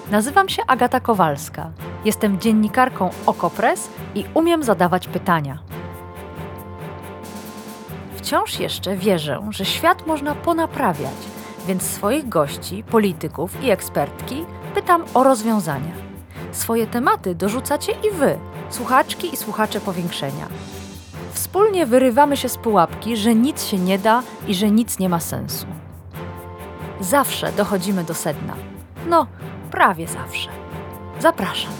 Nazywam się Agata Kowalska. Jestem dziennikarką Okopres i umiem zadawać pytania. Wciąż jeszcze wierzę, że świat można ponaprawiać, więc swoich gości, polityków i ekspertki pytam o rozwiązania. Swoje tematy dorzucacie i wy, słuchaczki i słuchacze Powiększenia. Wspólnie wyrywamy się z pułapki, że nic się nie da i że nic nie ma sensu. Zawsze dochodzimy do sedna. No, prawie zawsze. Zapraszam.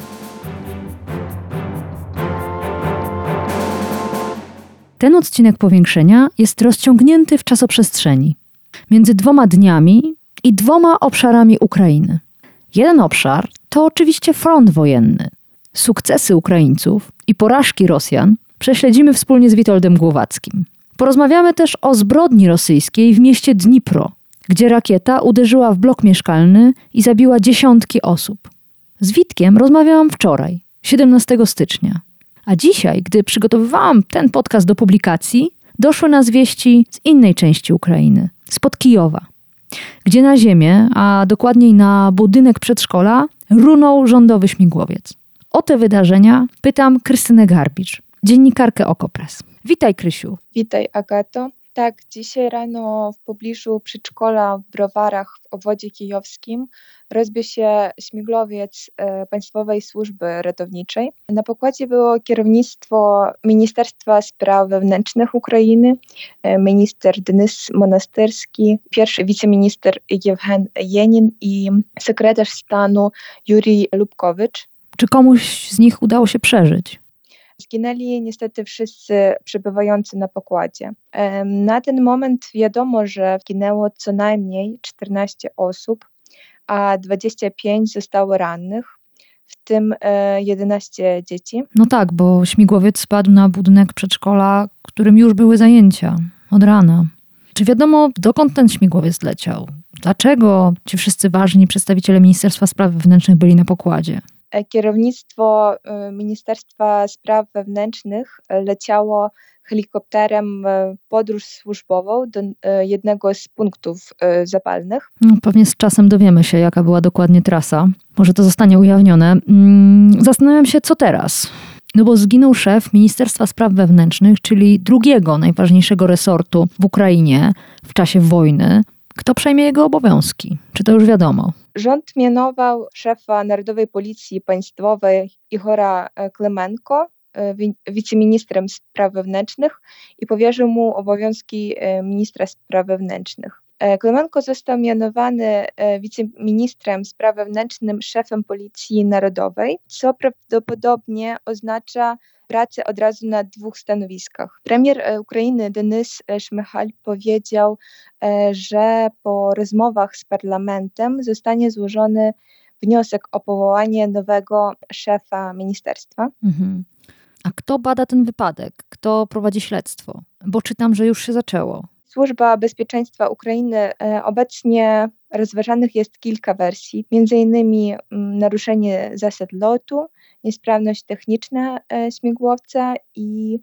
Ten odcinek Powiększenia jest rozciągnięty w czasoprzestrzeni między 2 dniami i 2 obszarami Ukrainy. Jeden obszar to oczywiście front wojenny. Sukcesy Ukraińców i porażki Rosjan prześledzimy wspólnie z Witoldem Głowackim. Porozmawiamy też o zbrodni rosyjskiej w mieście Dnipro, gdzie rakieta uderzyła w blok mieszkalny i zabiła dziesiątki osób. Z Witkiem rozmawiałam wczoraj, 17 stycznia. A dzisiaj, gdy przygotowywałam ten podcast do publikacji, doszły nas wieści z innej części Ukrainy, spod Kijowa, gdzie na ziemię, a dokładniej na budynek przedszkola, runął rządowy śmigłowiec. O te wydarzenia pytam Krystynę Garbicz, dziennikarkę Okopres. Witaj, Krysiu. Witaj, Agato. Tak, dzisiaj rano w pobliżu przedszkola w Browarach w obwodzie kijowskim rozbił się śmigłowiec Państwowej Służby Ratowniczej. Na pokładzie było kierownictwo Ministerstwa Spraw Wewnętrznych Ukrainy, minister Denys Monasterski, pierwszy wiceminister Jewgen Jenin i sekretarz stanu Jurij Lubkowicz. Czy komuś z nich udało się przeżyć? Zginęli niestety wszyscy przebywający na pokładzie. Na ten moment wiadomo, że zginęło co najmniej 14 osób, a 25 zostało rannych, w tym 11 dzieci. No tak, bo śmigłowiec spadł na budynek przedszkola, którym już były zajęcia od rana. Czy wiadomo, dokąd ten śmigłowiec leciał? Dlaczego ci wszyscy ważni przedstawiciele Ministerstwa Spraw Wewnętrznych byli na pokładzie? Kierownictwo Ministerstwa Spraw Wewnętrznych leciało helikopterem podróż służbową do jednego z punktów zapalnych. No, pewnie z czasem dowiemy się, jaka była dokładnie trasa. Może to zostanie ujawnione. Zastanawiam się, co teraz. No bo zginął szef Ministerstwa Spraw Wewnętrznych, czyli drugiego najważniejszego resortu w Ukrainie w czasie wojny. Kto przejmie jego obowiązki? Czy to już wiadomo? Rząd mianował szefa Narodowej Policji Państwowej Igora Klemenko wiceministrem spraw wewnętrznych i powierzył mu obowiązki ministra spraw wewnętrznych. Klemenko został mianowany wiceministrem spraw wewnętrznych, szefem Policji Narodowej, co prawdopodobnie oznacza pracę od razu na 2 stanowiskach. Premier Ukrainy Denys Szmychal powiedział, że po rozmowach z parlamentem zostanie złożony wniosek o powołanie nowego szefa ministerstwa. A kto bada ten wypadek? Kto prowadzi śledztwo? Bo czytam, że już się zaczęło. Służba Bezpieczeństwa Ukrainy obecnie rozważanych jest kilka wersji, m.in. naruszenie zasad lotu, niesprawność techniczna śmigłowca i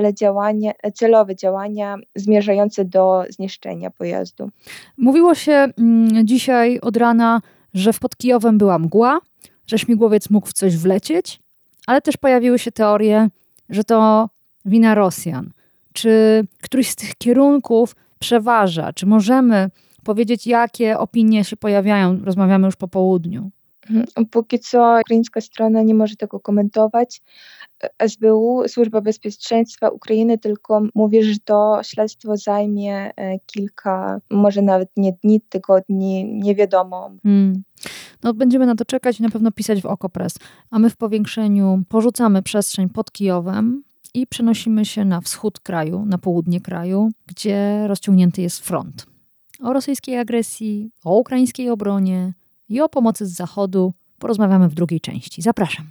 celowe działania zmierzające do zniszczenia pojazdu. Mówiło się dzisiaj od rana, że pod Kijowem była mgła, że śmigłowiec mógł w coś wlecieć, ale też pojawiły się teorie, że to wina Rosjan. Czy któryś z tych kierunków przeważa? Czy możemy powiedzieć, jakie opinie się pojawiają? Rozmawiamy już po południu. Póki co ukraińska strona nie może tego komentować. SBU, Służba Bezpieczeństwa Ukrainy, tylko mówi, że to śledztwo zajmie kilka, może nawet nie dni, tygodni, nie wiadomo. No, będziemy na to czekać i na pewno pisać w Okopres. A my w Powiększeniu porzucamy przestrzeń pod Kijowem i przenosimy się na wschód kraju, na południe kraju, gdzie rozciągnięty jest front. O rosyjskiej agresji, o ukraińskiej obronie i o pomocy z zachodu porozmawiamy w drugiej części. Zapraszam.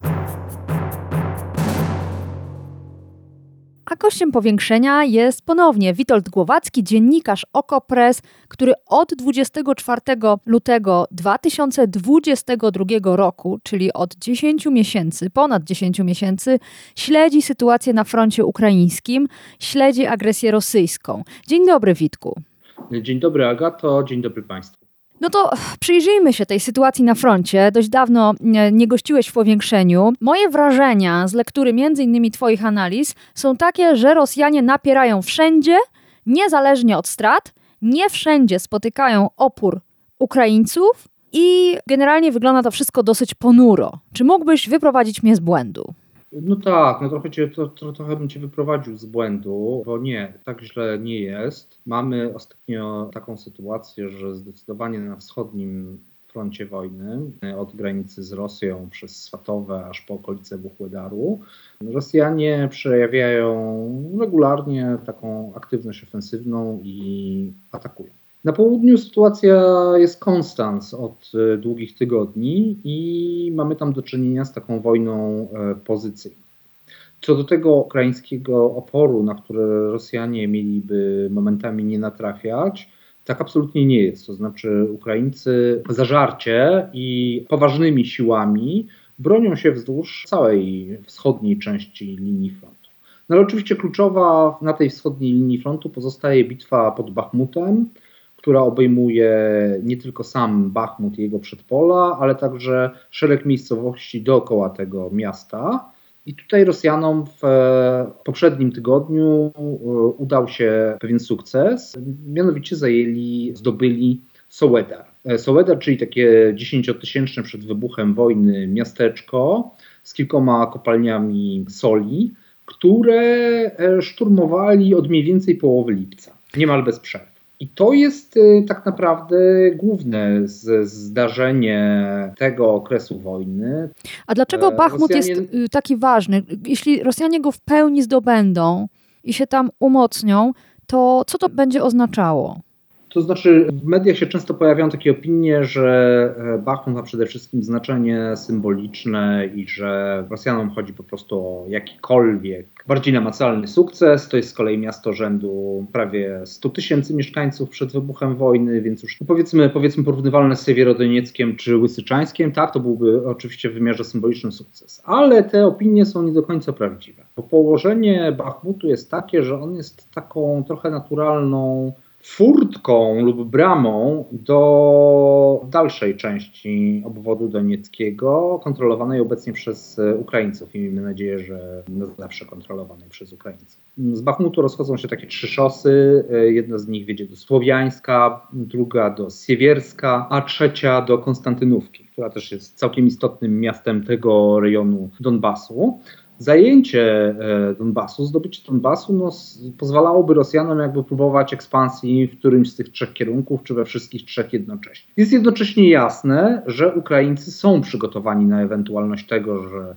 A gościem Powiększenia jest ponownie Witold Głowacki, dziennikarz Okopres, który od 24 lutego 2022 roku, czyli od 10 miesięcy, ponad 10 miesięcy, śledzi sytuację na froncie ukraińskim, śledzi agresję rosyjską. Dzień dobry, Witku. Dzień dobry, Agato, dzień dobry Państwu. No to przyjrzyjmy się tej sytuacji na froncie. Dość dawno nie gościłeś w Powiększeniu. Moje wrażenia z lektury między innymi twoich analiz są takie, że Rosjanie napierają wszędzie, niezależnie od strat, nie wszędzie spotykają opór Ukraińców i generalnie wygląda to wszystko dosyć ponuro. Czy mógłbyś wyprowadzić mnie z błędu? No tak, no trochę bym cię wyprowadził z błędu, bo nie, tak źle nie jest. Mamy ostatnio taką sytuację, że zdecydowanie na wschodnim froncie wojny, od granicy z Rosją przez Swatowe aż po okolice Wuhłedaru, Rosjanie przejawiają regularnie taką aktywność ofensywną i atakują. Na południu sytuacja jest konstans od długich tygodni i mamy tam do czynienia z taką wojną pozycyjną. Co do tego ukraińskiego oporu, na który Rosjanie mieliby momentami nie natrafiać, tak absolutnie nie jest. To znaczy Ukraińcy zażarcie i poważnymi siłami bronią się wzdłuż całej wschodniej części linii frontu. No ale oczywiście kluczowa na tej wschodniej linii frontu pozostaje bitwa pod Bachmutem, która obejmuje nie tylko sam Bachmut i jego przedpola, ale także szereg miejscowości dookoła tego miasta. I tutaj Rosjanom w poprzednim tygodniu udał się pewien sukces, mianowicie zdobyli Soledar. Soledar, czyli takie 10-tysięczne przed wybuchem wojny miasteczko z kilkoma kopalniami soli, które szturmowali od mniej więcej połowy lipca, niemal bez przerwy. I to jest tak naprawdę główne zdarzenie tego okresu wojny. A dlaczego Bachmut jest taki ważny? Jeśli Rosjanie go w pełni zdobędą i się tam umocnią, to co to będzie oznaczało? To znaczy w mediach się często pojawiają takie opinie, że Bachmut ma przede wszystkim znaczenie symboliczne i że Rosjanom chodzi po prostu o jakikolwiek bardziej namacalny sukces. To jest z kolei miasto rzędu prawie 100 000 mieszkańców przed wybuchem wojny, więc już powiedzmy porównywalne z Siewierodonieckiem czy Łysyczańskiem. Tak, to byłby oczywiście w wymiarze symbolicznym sukces. Ale te opinie są nie do końca prawdziwe. Bo położenie Bachmutu jest takie, że on jest taką trochę naturalną furtką lub bramą do dalszej części obwodu donieckiego, kontrolowanej obecnie przez Ukraińców i miejmy nadzieję, że na zawsze kontrolowanej przez Ukraińców. Z Bachmutu rozchodzą się takie 3 szosy, jedna z nich wiedzie do Słowiańska, druga do Siewierska, a trzecia do Konstantynówki, która też jest całkiem istotnym miastem tego rejonu Donbasu. Zajęcie Donbasu, zdobycie Donbasu pozwalałoby Rosjanom jakby próbować ekspansji w którymś z tych 3 kierunków, czy we wszystkich 3 jednocześnie. Jest jednocześnie jasne, że Ukraińcy są przygotowani na ewentualność tego, że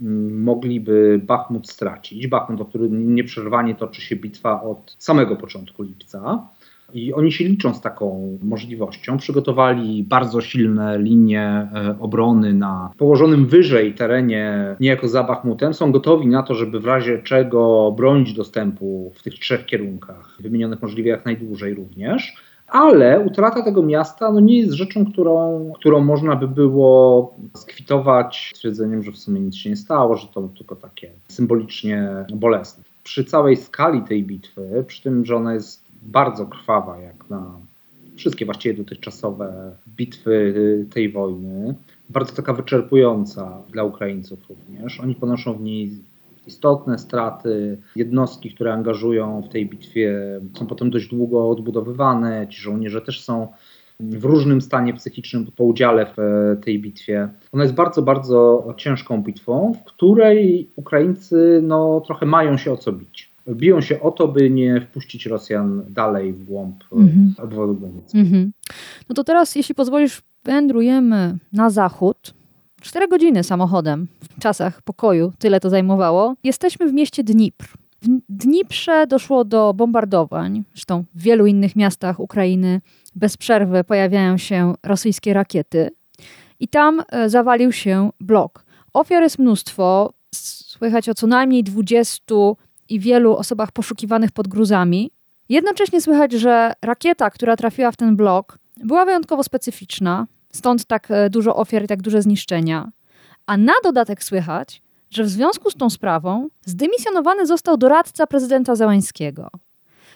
mogliby Bachmut stracić. Bachmut, o którym nieprzerwanie toczy się bitwa od samego początku lipca. I oni się liczą z taką możliwością. Przygotowali bardzo silne linie obrony na położonym wyżej terenie, niejako za Bachmutem. Są gotowi na to, żeby w razie czego bronić dostępu w tych 3 kierunkach, wymienionych możliwie jak najdłużej również. Ale utrata tego miasta nie jest rzeczą, którą można by było skwitować stwierdzeniem, że w sumie nic się nie stało, że to tylko takie symbolicznie bolesne. Przy całej skali tej bitwy, przy tym, że ona jest bardzo krwawa, jak na wszystkie właściwie dotychczasowe bitwy tej wojny, bardzo taka wyczerpująca dla Ukraińców również. Oni ponoszą w niej istotne straty. Jednostki, które angażują w tej bitwie, są potem dość długo odbudowywane. Ci żołnierze też są w różnym stanie psychicznym po udziale w tej bitwie. Ona jest bardzo, bardzo ciężką bitwą, w której Ukraińcy trochę mają się o co bić. Biją się o to, by nie wpuścić Rosjan dalej w głąb obwodu donieckiego. No to teraz, jeśli pozwolisz, wędrujemy na zachód. 4 godziny samochodem w czasach pokoju, tyle to zajmowało. Jesteśmy w mieście Dnipr. W Dniprze doszło do bombardowań, zresztą w wielu innych miastach Ukrainy bez przerwy pojawiają się rosyjskie rakiety i tam zawalił się blok. Ofiar jest mnóstwo, słychać o co najmniej 20 i wielu osobach poszukiwanych pod gruzami. Jednocześnie słychać, że rakieta, która trafiła w ten blok, była wyjątkowo specyficzna, stąd tak dużo ofiar i tak duże zniszczenia. A na dodatek słychać, że w związku z tą sprawą zdymisjonowany został doradca prezydenta Zełańskiego.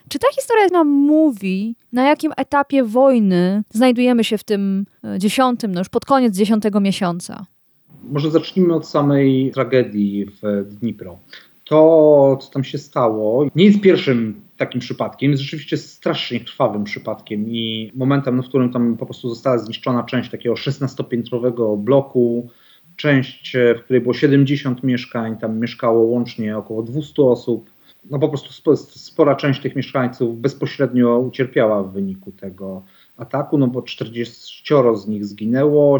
Czy ta historia nam mówi, na jakim etapie wojny znajdujemy się w tym 10., no już pod koniec 10. miesiąca? Może zacznijmy od samej tragedii w Dnipro. To, co tam się stało, nie jest pierwszym takim przypadkiem, jest rzeczywiście strasznie krwawym przypadkiem i momentem, w którym tam po prostu została zniszczona część takiego 16-piętrowego bloku, część, w której było 70 mieszkań, tam mieszkało łącznie około 200 osób. No po prostu spora część tych mieszkańców bezpośrednio ucierpiała w wyniku tego ataku, no bo 40 z nich zginęło,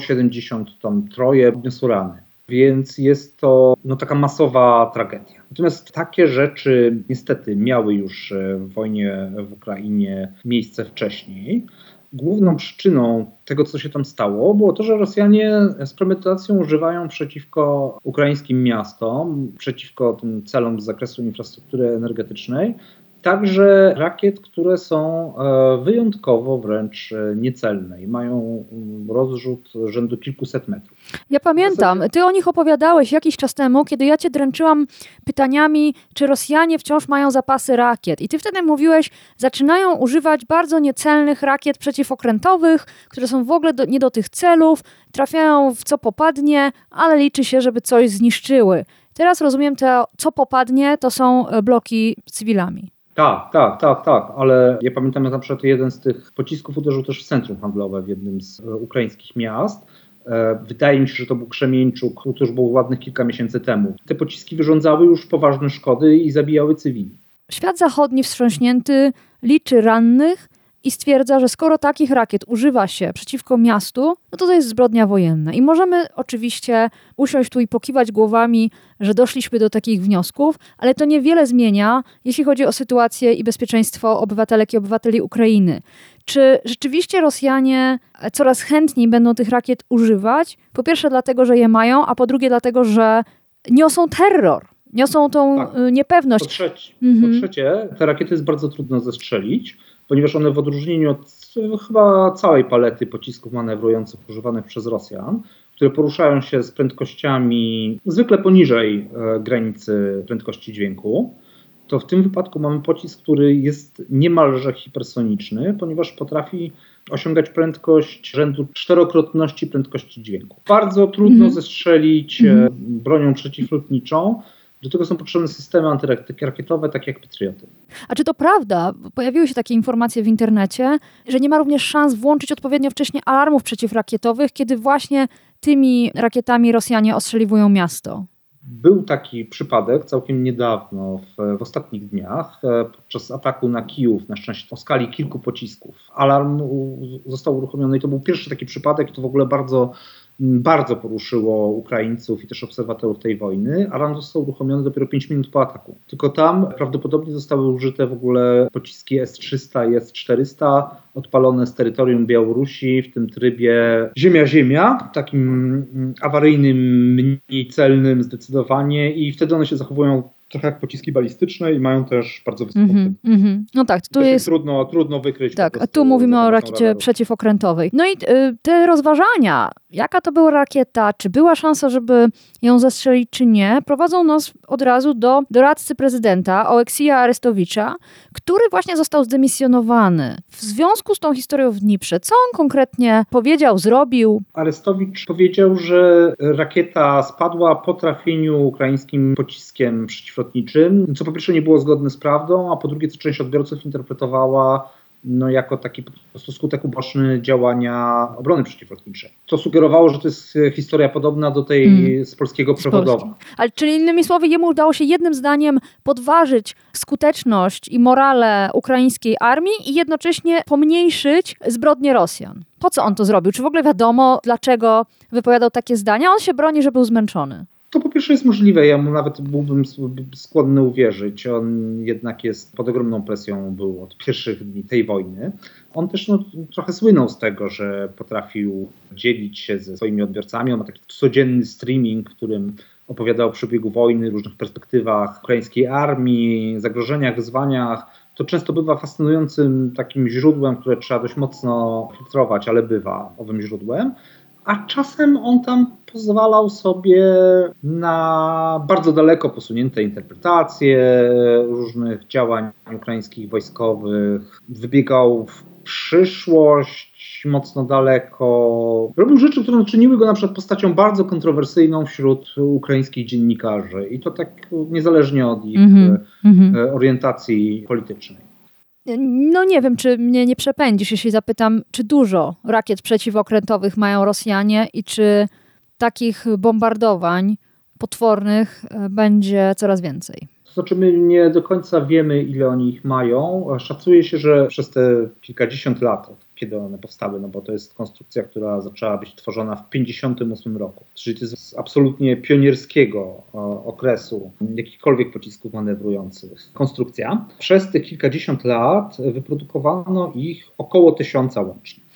73 odniosło rany. Więc jest to taka masowa tragedia. Natomiast takie rzeczy niestety miały już w wojnie w Ukrainie miejsce wcześniej. Główną przyczyną tego, co się tam stało, było to, że Rosjanie z premedytacją używają przeciwko ukraińskim miastom, przeciwko tym celom z zakresu infrastruktury energetycznej, także rakiet, które są wyjątkowo wręcz niecelne i mają rozrzut rzędu kilkuset metrów. Ja pamiętam, ty o nich opowiadałeś jakiś czas temu, kiedy ja cię dręczyłam pytaniami, czy Rosjanie wciąż mają zapasy rakiet. I ty wtedy mówiłeś, zaczynają używać bardzo niecelnych rakiet przeciwokrętowych, które są w ogóle nie do tych celów, trafiają w co popadnie, ale liczy się, żeby coś zniszczyły. Teraz rozumiem, to co popadnie, to są bloki z cywilami. Tak, ale ja pamiętam, że na przykład jeden z tych pocisków uderzył też w centrum handlowe w jednym z ukraińskich miast. Wydaje mi się, że to był Krzemieńczuk, to już było ładnych kilka miesięcy temu. Te pociski wyrządzały już poważne szkody i zabijały cywili. Świat zachodni wstrząśnięty liczy rannych i stwierdza, że skoro takich rakiet używa się przeciwko miastu, no to jest zbrodnia wojenna. I możemy oczywiście usiąść tu i pokiwać głowami, że doszliśmy do takich wniosków, ale to niewiele zmienia, jeśli chodzi o sytuację i bezpieczeństwo obywatelek i obywateli Ukrainy. Czy rzeczywiście Rosjanie coraz chętniej będą tych rakiet używać? Po pierwsze dlatego, że je mają, a po drugie dlatego, że niosą terror. Niosą tą niepewność. Po trzecie, te rakiety jest bardzo trudno zestrzelić, ponieważ one w odróżnieniu od chyba całej palety pocisków manewrujących używanych przez Rosjan, które poruszają się z prędkościami zwykle poniżej granicy prędkości dźwięku, to w tym wypadku mamy pocisk, który jest niemalże hipersoniczny, ponieważ potrafi osiągać prędkość rzędu 4-krotności prędkości dźwięku. Bardzo trudno zestrzelić bronią przeciwlotniczą. Do tego są potrzebne systemy antyrakietowe, takie jak Patrioty. A czy to prawda? Pojawiły się takie informacje w internecie, że nie ma również szans włączyć odpowiednio wcześnie alarmów przeciwrakietowych, kiedy właśnie tymi rakietami Rosjanie ostrzeliwują miasto? Był taki przypadek całkiem niedawno, w ostatnich dniach, podczas ataku na Kijów, na szczęście o skali kilku pocisków. Alarm został uruchomiony i to był pierwszy taki przypadek, to w ogóle bardzo poruszyło Ukraińców i też obserwatorów tej wojny. Alarm został uruchomiony dopiero 5 minut po ataku. Tylko tam prawdopodobnie zostały użyte w ogóle pociski S-300 i S-400 odpalone z terytorium Białorusi w tym trybie ziemia-ziemia, takim awaryjnym, mniej celnym zdecydowanie i wtedy one się zachowują trochę jak pociski balistyczne i mają też bardzo wysoką No tak, tu jest trudno wykryć. Tak, a tu mówimy o rakiecie przeciwokrętowej. No i te rozważania, jaka to była rakieta, czy była szansa, żeby ją zastrzelić, czy nie, prowadzą nas od razu do doradcy prezydenta Oleksija Arestowicza, który właśnie został zdemisjonowany. W związku z tą historią w Dniprze, co on konkretnie powiedział, zrobił? Arestowicz powiedział, że rakieta spadła po trafieniu ukraińskim pociskiem przeciwlotniczym, co po pierwsze nie było zgodne z prawdą, a po drugie co część odbiorców interpretowała jako taki po prostu skutek uboczny działania obrony przeciwlotniczej. To sugerowało, że to jest historia podobna do tej z polskiego przewodowa. Ale czyli innymi słowy, jemu udało się jednym zdaniem podważyć skuteczność i morale ukraińskiej armii i jednocześnie pomniejszyć zbrodnie Rosjan. Po co on to zrobił? Czy w ogóle wiadomo, dlaczego wypowiadał takie zdania? On się broni, że był zmęczony. To po pierwsze jest możliwe, ja mu nawet byłbym skłonny uwierzyć. On jednak jest pod ogromną presją, był od pierwszych dni tej wojny. On też trochę słynął z tego, że potrafił dzielić się ze swoimi odbiorcami. On ma taki codzienny streaming, w którym opowiadał o przebiegu wojny, różnych perspektywach ukraińskiej armii, zagrożeniach, wyzwaniach. To często bywa fascynującym takim źródłem, które trzeba dość mocno filtrować, ale bywa owym źródłem. a czasem on tam pozwalał sobie na bardzo daleko posunięte interpretacje różnych działań ukraińskich wojskowych, wybiegał w przyszłość mocno daleko. Robił rzeczy, które czyniły go na przykład postacią bardzo kontrowersyjną wśród ukraińskich dziennikarzy i to tak niezależnie od ich orientacji politycznej. No nie wiem, czy mnie nie przepędzisz, jeśli zapytam, czy dużo rakiet przeciwokrętowych mają Rosjanie i czy takich bombardowań potwornych będzie coraz więcej. To znaczy my nie do końca wiemy, ile oni ich mają. Szacuje się, że przez te kilkadziesiąt lat, kiedy one powstały, no bo to jest konstrukcja, która zaczęła być tworzona w 1958 roku. Czyli to jest absolutnie pionierskiego okresu jakichkolwiek pocisków manewrujących konstrukcja. Przez te kilkadziesiąt lat wyprodukowano ich około 1000 łącznie.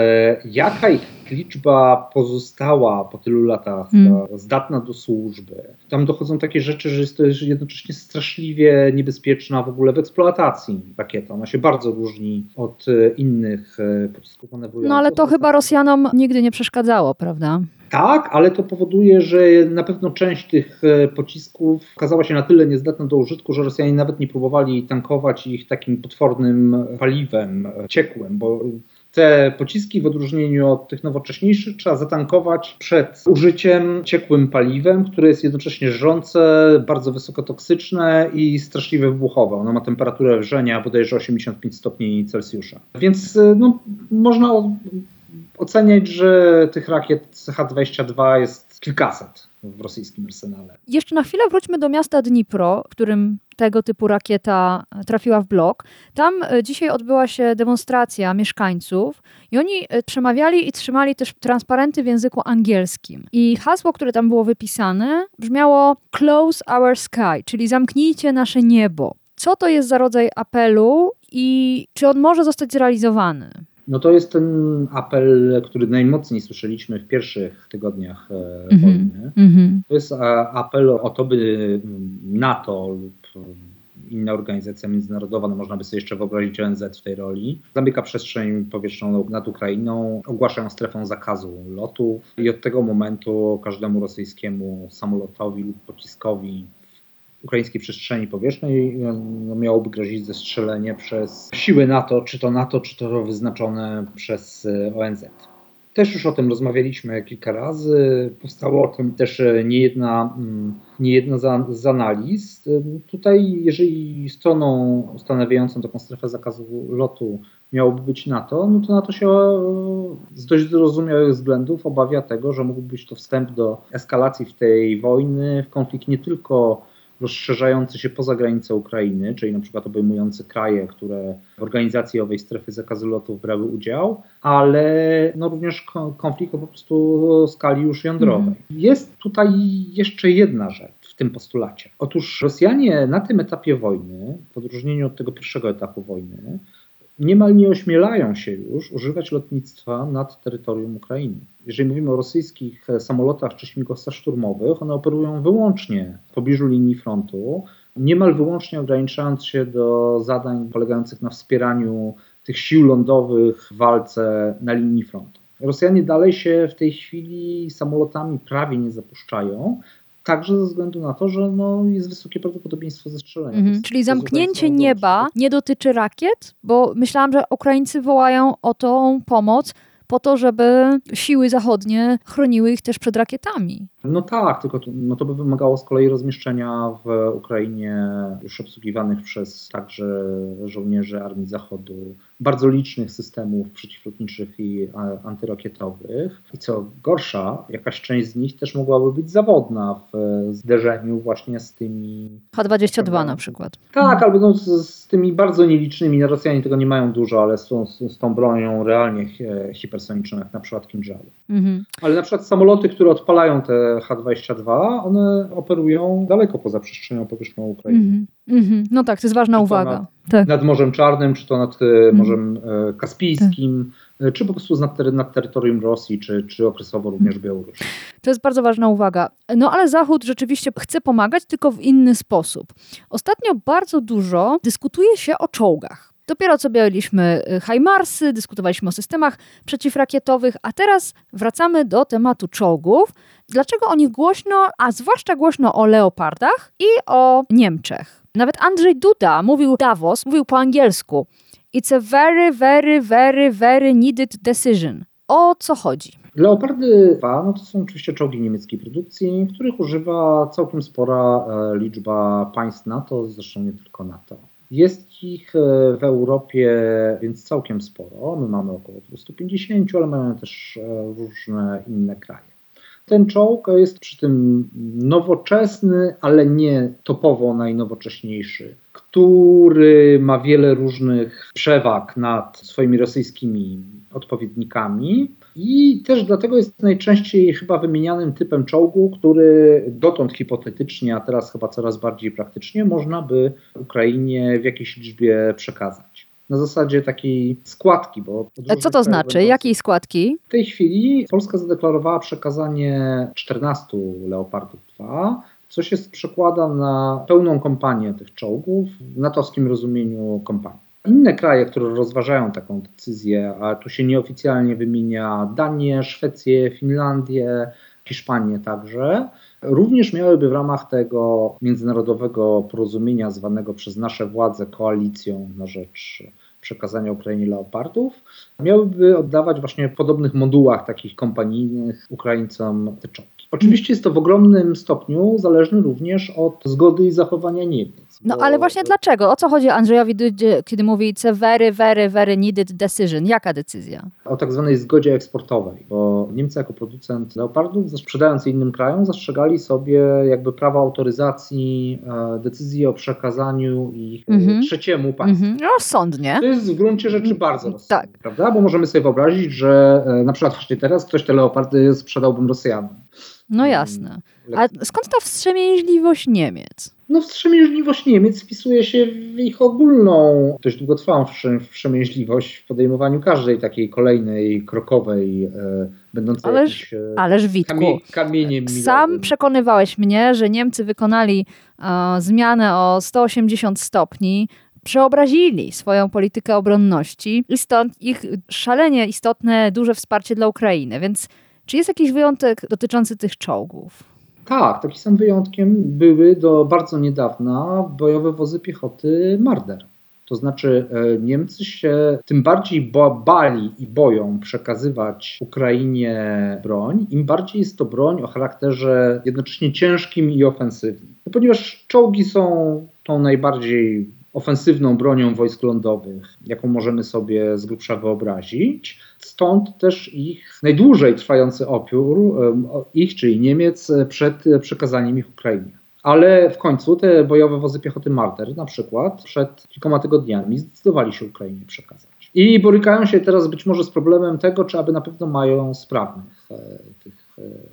Jaka ich liczba pozostała po tylu latach zdatna do służby? Tam dochodzą takie rzeczy, że jest to jednocześnie straszliwie niebezpieczna w ogóle w eksploatacji rakieta. Ona się bardzo różni od innych pocisków manewrujących. No ale to chyba Rosjanom nigdy nie przeszkadzało, prawda? Tak, ale to powoduje, że na pewno część tych pocisków okazała się na tyle niezdatna do użytku, że Rosjanie nawet nie próbowali tankować ich takim potwornym paliwem ciekłym, bo te pociski w odróżnieniu od tych nowocześniejszych trzeba zatankować przed użyciem ciekłym paliwem, które jest jednocześnie żrące, bardzo wysokotoksyczne i straszliwie wybuchowe. Ono ma temperaturę wrzenia bodajże 85 stopni Celsjusza. Więc można oceniać, że tych rakiet H-22 jest kilkaset w rosyjskim arsenale. Jeszcze na chwilę wróćmy do miasta Dnipro, w którym tego typu rakieta trafiła w blok. Tam dzisiaj odbyła się demonstracja mieszkańców i oni przemawiali i trzymali też transparenty w języku angielskim. I hasło, które tam było wypisane, brzmiało "Close our sky", czyli zamknijcie nasze niebo. Co to jest za rodzaj apelu i czy on może zostać zrealizowany? No to jest ten apel, który najmocniej słyszeliśmy w pierwszych tygodniach wojny. To jest apel o to, by NATO lub inna organizacja międzynarodowa, no można by sobie jeszcze wyobrazić ONZ w tej roli, zamyka przestrzeń powietrzną nad Ukrainą, ogłasza ją strefą zakazu lotu i od tego momentu każdemu rosyjskiemu samolotowi lub pociskowi ukraińskiej przestrzeni powietrznej miałoby grozić zestrzelenie przez siły NATO, czy to wyznaczone przez ONZ. Też już o tym rozmawialiśmy kilka razy, powstało o tym też niejedna z analiz. Tutaj, jeżeli stroną ustanawiającą taką strefę zakazu lotu miałoby być NATO, no to NATO się z dość zrozumiałych względów obawia tego, że mógłby być to wstęp do eskalacji w tej wojny, w konflikt nie tylko rozszerzający się poza granice Ukrainy, czyli na przykład obejmujący kraje, które w organizacji owej strefy zakazu lotów brały udział, ale również konflikt o po prostu skali już jądrowej. Jest tutaj jeszcze jedna rzecz w tym postulacie. Otóż Rosjanie na tym etapie wojny, w odróżnieniu od tego pierwszego etapu wojny, niemal nie ośmielają się już używać lotnictwa nad terytorium Ukrainy. Jeżeli mówimy o rosyjskich samolotach czy śmigłowcach szturmowych, one operują wyłącznie w pobliżu linii frontu, niemal wyłącznie ograniczając się do zadań polegających na wspieraniu tych sił lądowych w walce na linii frontu. Rosjanie dalej się w tej chwili samolotami prawie nie zapuszczają, także ze względu na to, że jest wysokie prawdopodobieństwo zestrzelenia. Czyli zamknięcie nieba nie dotyczy rakiet, bo myślałam, że Ukraińcy wołają o tą pomoc po to, żeby siły zachodnie chroniły ich też przed rakietami. No tak, tylko to by wymagało z kolei rozmieszczenia w Ukrainie już obsługiwanych przez także żołnierzy Armii Zachodu bardzo licznych systemów przeciwlotniczych i antyrakietowych. I co gorsza, jakaś część z nich też mogłaby być zawodna w zderzeniu właśnie z tymi... H-22 na przykład. Tak, albo z tymi bardzo nielicznymi, Rosjanie tego nie mają dużo, ale z tą bronią realnie hipersoniczną, jak na przykład Kinżalu. Ale na przykład samoloty, które odpalają te H-22, one operują daleko poza przestrzenią powietrzną Ukrainy. No tak, to jest ważna uwaga. Nad Morzem Czarnym, czy to nad Morzem Kaspijskim, czy po prostu nad terytorium Rosji, czy okresowo również Białorusi. To jest bardzo ważna uwaga. No ale Zachód rzeczywiście chce pomagać, tylko w inny sposób. Ostatnio bardzo dużo dyskutuje się o czołgach. Dopiero co mieliśmy HIMARS-y, dyskutowaliśmy o systemach przeciwrakietowych, a teraz wracamy do tematu czołgów. Dlaczego o nich głośno, a zwłaszcza głośno o Leopardach i o Niemczech? Nawet Andrzej Duda mówił po angielsku. It's a very, very, very, very needed decision. O co chodzi? Leopardy 2 to są oczywiście czołgi niemieckiej produkcji, których używa całkiem spora liczba państw NATO, zresztą nie tylko NATO. Jest ich w Europie więc całkiem sporo. My mamy około 250, ale mamy też różne inne kraje. Ten czołg jest przy tym nowoczesny, ale nie topowo najnowocześniejszy, który ma wiele różnych przewag nad swoimi rosyjskimi odpowiednikami i też dlatego jest najczęściej chyba wymienianym typem czołgu, który dotąd hipotetycznie, a teraz chyba coraz bardziej praktycznie można by Ukrainie w jakiejś liczbie przekazać. Na zasadzie takiej składki. Co to znaczy? Jakiej składki? W tej chwili Polska zadeklarowała przekazanie 14 Leopardów 2, co się przekłada na pełną kompanię tych czołgów w natowskim rozumieniu kompanii. Inne kraje, które rozważają taką decyzję, a tu się nieoficjalnie wymienia Danię, Szwecję, Finlandię, Hiszpanię także, również miałyby w ramach tego międzynarodowego porozumienia zwanego przez nasze władze koalicją na rzecz przekazania Ukrainie Leopardów, miałyby oddawać właśnie w podobnych modułach takich kompanijnych Ukraińcom te czołgi. Oczywiście jest to w ogromnym stopniu zależne również od zgody i zachowania Niemiec. Ale właśnie dlaczego? O co chodzi Andrzejowi Dudzie, kiedy mówi it's a very, very, very needed decision? Jaka decyzja? O tak zwanej zgodzie eksportowej, bo Niemcy jako producent Leopardów, sprzedając je innym krajom, zastrzegali sobie jakby prawa autoryzacji decyzji o przekazaniu ich trzeciemu państwu. Rozsądnie. To jest w gruncie rzeczy bardzo rozsądne, tak. prawda? Bo możemy sobie wyobrazić, że na przykład właśnie teraz ktoś te Leopardy sprzedałbym Rosjanom. No jasne. A skąd ta wstrzemięźliwość Niemiec? Wstrzemięźliwość Niemiec wpisuje się w ich ogólną, dość długotrwałą wstrzemięźliwość w podejmowaniu każdej takiej kolejnej, krokowej, będącej Ależ Witku, kamieniem milowym. Sam przekonywałeś mnie, że Niemcy wykonali zmianę o 180 stopni, przeobrazili swoją politykę obronności i stąd ich szalenie istotne, duże wsparcie dla Ukrainy. Więc czy jest jakiś wyjątek dotyczący tych czołgów? Tak, takim samym wyjątkiem były do bardzo niedawna bojowe wozy piechoty Marder. To znaczy Niemcy się tym bardziej bali i boją przekazywać Ukrainie broń, im bardziej jest to broń o charakterze jednocześnie ciężkim i ofensywnym. No, ponieważ czołgi są tą najbardziej ofensywną bronią wojsk lądowych, jaką możemy sobie z grubsza wyobrazić. Stąd też ich najdłużej trwający opór, czyli Niemiec, przed przekazaniem ich Ukrainie. Ale w końcu te bojowe wozy piechoty Marder na przykład przed kilkoma tygodniami zdecydowali się Ukrainie przekazać. I borykają się teraz być może z problemem tego, czy aby na pewno mają sprawnych tych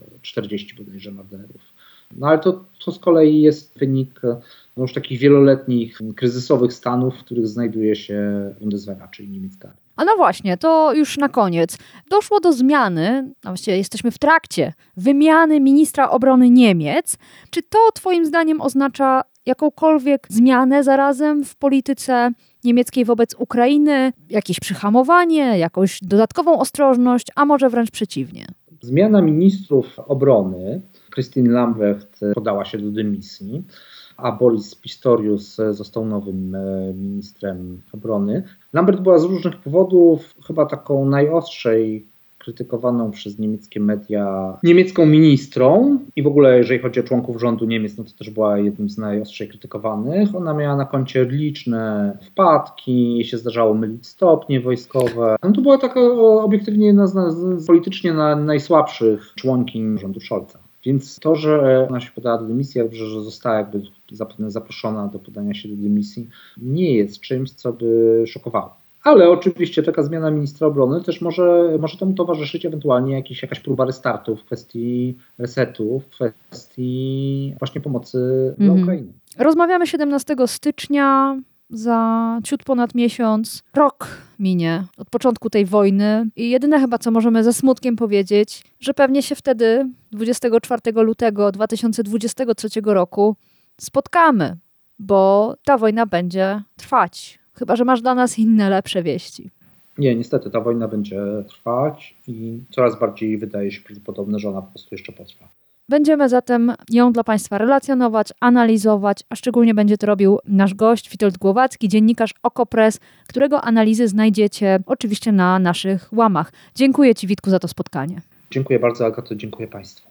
40 bodajże Marderów. No ale to z kolei jest wynik już takich wieloletnich kryzysowych stanów, w których znajduje się Bundeswehra, czyli niemiecka armia. A no właśnie, to już na koniec. Doszło do zmiany, a właściwie jesteśmy w trakcie wymiany ministra obrony Niemiec. Czy to twoim zdaniem oznacza jakąkolwiek zmianę zarazem w polityce niemieckiej wobec Ukrainy? Jakieś przyhamowanie, jakąś dodatkową ostrożność, a może wręcz przeciwnie? Zmiana ministrów obrony. Christine Lambrecht podała się do dymisji, a Boris Pistorius został nowym ministrem obrony. Lambrecht była z różnych powodów chyba taką najostrzej krytykowaną przez niemieckie media niemiecką ministrą i w ogóle jeżeli chodzi o członków rządu Niemiec, no to też była jednym z najostrzej krytykowanych. Ona miała na koncie liczne wpadki, jej się zdarzało mylić stopnie wojskowe. No to była taka obiektywnie jedna z politycznie najsłabszych członkiń rządu Scholza. Więc to, że ona się podała do dymisji, że została jakby zaproszona do podania się do dymisji, nie jest czymś, co by szokowało. Ale oczywiście taka zmiana ministra obrony też może temu towarzyszyć ewentualnie jakaś próba restartu w kwestii resetu, w kwestii właśnie pomocy dla Ukrainy. Rozmawiamy 17 stycznia, za ciut ponad miesiąc. Rok minie od początku tej wojny i jedyne chyba, co możemy ze smutkiem powiedzieć, że pewnie się wtedy, 24 lutego 2023 roku, spotkamy, bo ta wojna będzie trwać. Chyba że masz dla nas inne, lepsze wieści. Nie, niestety ta wojna będzie trwać i coraz bardziej wydaje się prawdopodobne, że ona po prostu jeszcze potrwa. Będziemy zatem ją dla Państwa relacjonować, analizować, a szczególnie będzie to robił nasz gość Witold Głowacki, dziennikarz OKO.press, którego analizy znajdziecie oczywiście na naszych łamach. Dziękuję Ci, Witku, za to spotkanie. Dziękuję bardzo, Agato, dziękuję Państwu.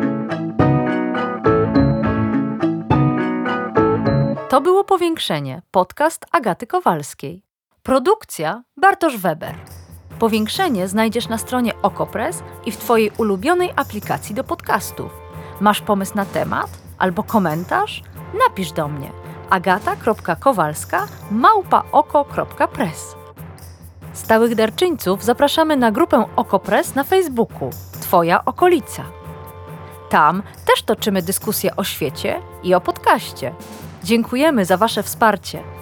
To było Powiększenie, podcast Agaty Kowalskiej. Produkcja Bartosz Weber. Powiększenie znajdziesz na stronie OKO.press i w Twojej ulubionej aplikacji do podcastów. Masz pomysł na temat albo komentarz? Napisz do mnie agata.kowalska@oko.press. Stałych darczyńców zapraszamy na grupę OKO.press na Facebooku Twoja okolica. Tam też toczymy dyskusje o świecie i o podcaście. Dziękujemy za Wasze wsparcie.